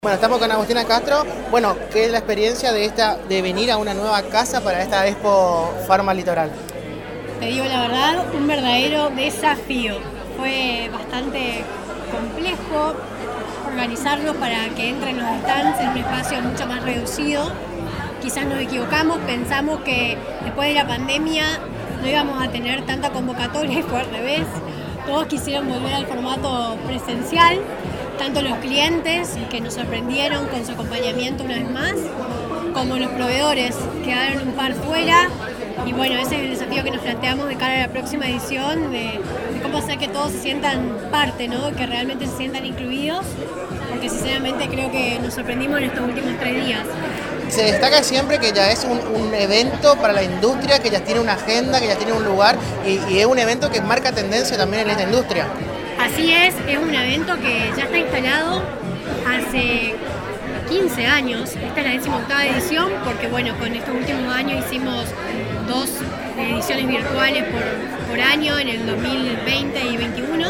Bueno, estamos con Agustina Castro. Bueno, ¿qué es la experiencia de venir a una nueva casa para esta Expo Pharma Litoral? Te digo la verdad, un verdadero desafío. Fue bastante complejo organizarlo para que entren los stands en un espacio mucho más reducido. Quizás nos equivocamos, pensamos que después de la pandemia no íbamos a tener tanta convocatoria y fue al revés. Todos quisieron volver al formato presencial, tanto los clientes que nos sorprendieron con su acompañamiento una vez más, como los proveedores, quedaron un par fuera. Y bueno, ese es el desafío que nos planteamos de cara a la próxima edición, de cómo hacer que todos se sientan parte, ¿no? Que realmente se sientan incluidos, porque sinceramente creo que nos sorprendimos en estos últimos 3 días. Se destaca siempre que ya es un evento para la industria, que ya tiene una agenda, que ya tiene un lugar y es un evento que marca tendencia también en esta industria. Así es un evento que ya está instalado hace 15 años. Esta es la 18ª edición porque bueno, con estos últimos años hicimos 2 ediciones virtuales por año en el 2020 y 2021.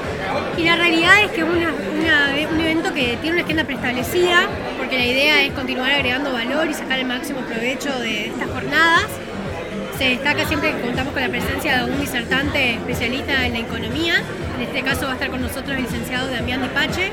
Y la realidad es que es un evento que tiene una agenda preestablecida porque la idea es continuar agregando valor y sacar el máximo provecho de estas jornadas. Se destaca siempre que contamos con la presencia de un disertante especialista en la economía. En este caso va a estar con nosotros el licenciado Damián Dipache.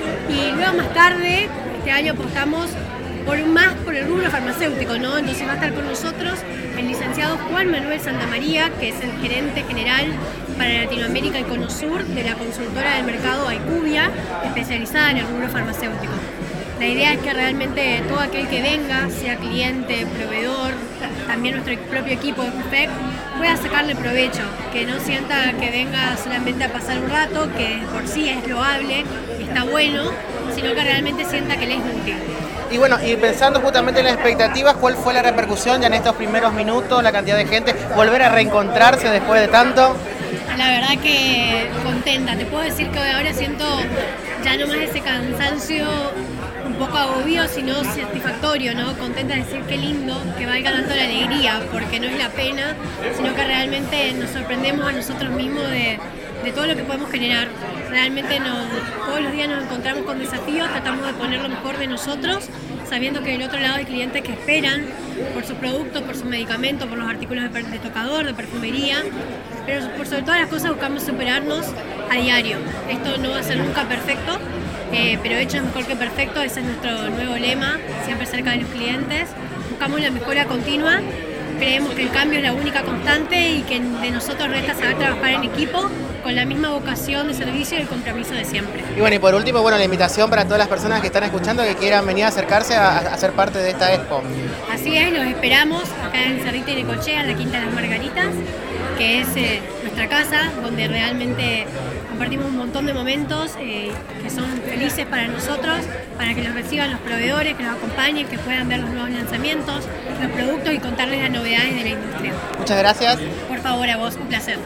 Y luego más tarde, este año apostamos por el rubro farmacéutico, ¿no? Entonces va a estar con nosotros el licenciado Juan Manuel Santamaría, que es el gerente general para Latinoamérica y Cono Sur de la consultora del mercado Aicubia, especializada en el rubro farmacéutico. La idea es que realmente todo aquel que venga, sea cliente, proveedor, también nuestro propio equipo de FUFEC, pueda sacarle provecho, que no sienta que venga solamente a pasar un rato, que por sí es loable y está bueno, sino que realmente sienta que le es útil. Y bueno, y pensando justamente en las expectativas, ¿cuál fue la repercusión ya en estos primeros minutos, la cantidad de gente, volver a reencontrarse después de tanto? La verdad que contenta, te puedo decir que ahora siento ya no más ese cansancio un poco agobio, sino satisfactorio, ¿no? Contenta de decir qué lindo, que valga tanto la alegría, porque no es la pena, sino que realmente nos sorprendemos a nosotros mismos de todo lo que podemos generar. Realmente todos los días nos encontramos con desafíos, tratamos de poner lo mejor de nosotros, sabiendo que del otro lado hay clientes que esperan por sus productos, por sus medicamentos, por los artículos de tocador, de perfumería, pero por sobre todas las cosas buscamos superarnos a diario. Esto no va a ser nunca perfecto, pero hecho es mejor que perfecto, ese es nuestro nuevo lema, siempre cerca de los clientes. Buscamos la mejora continua, creemos que el cambio es la única constante y que de nosotros resta saber trabajar en equipo con la misma vocación de servicio y el compromiso de siempre. Y bueno, y por último, bueno, la invitación para todas las personas que están escuchando que quieran venir a acercarse a ser parte de esta expo. Así es, los esperamos acá en Cerrito y Necochea, en la Quinta de las Margaritas, que es nuestra casa, donde realmente compartimos un montón de momentos que son felices para nosotros, para que los reciban los proveedores, que los acompañen, que puedan ver los nuevos lanzamientos, los productos y contarles las novedades de la industria. Muchas gracias. Por favor, a vos, un placer.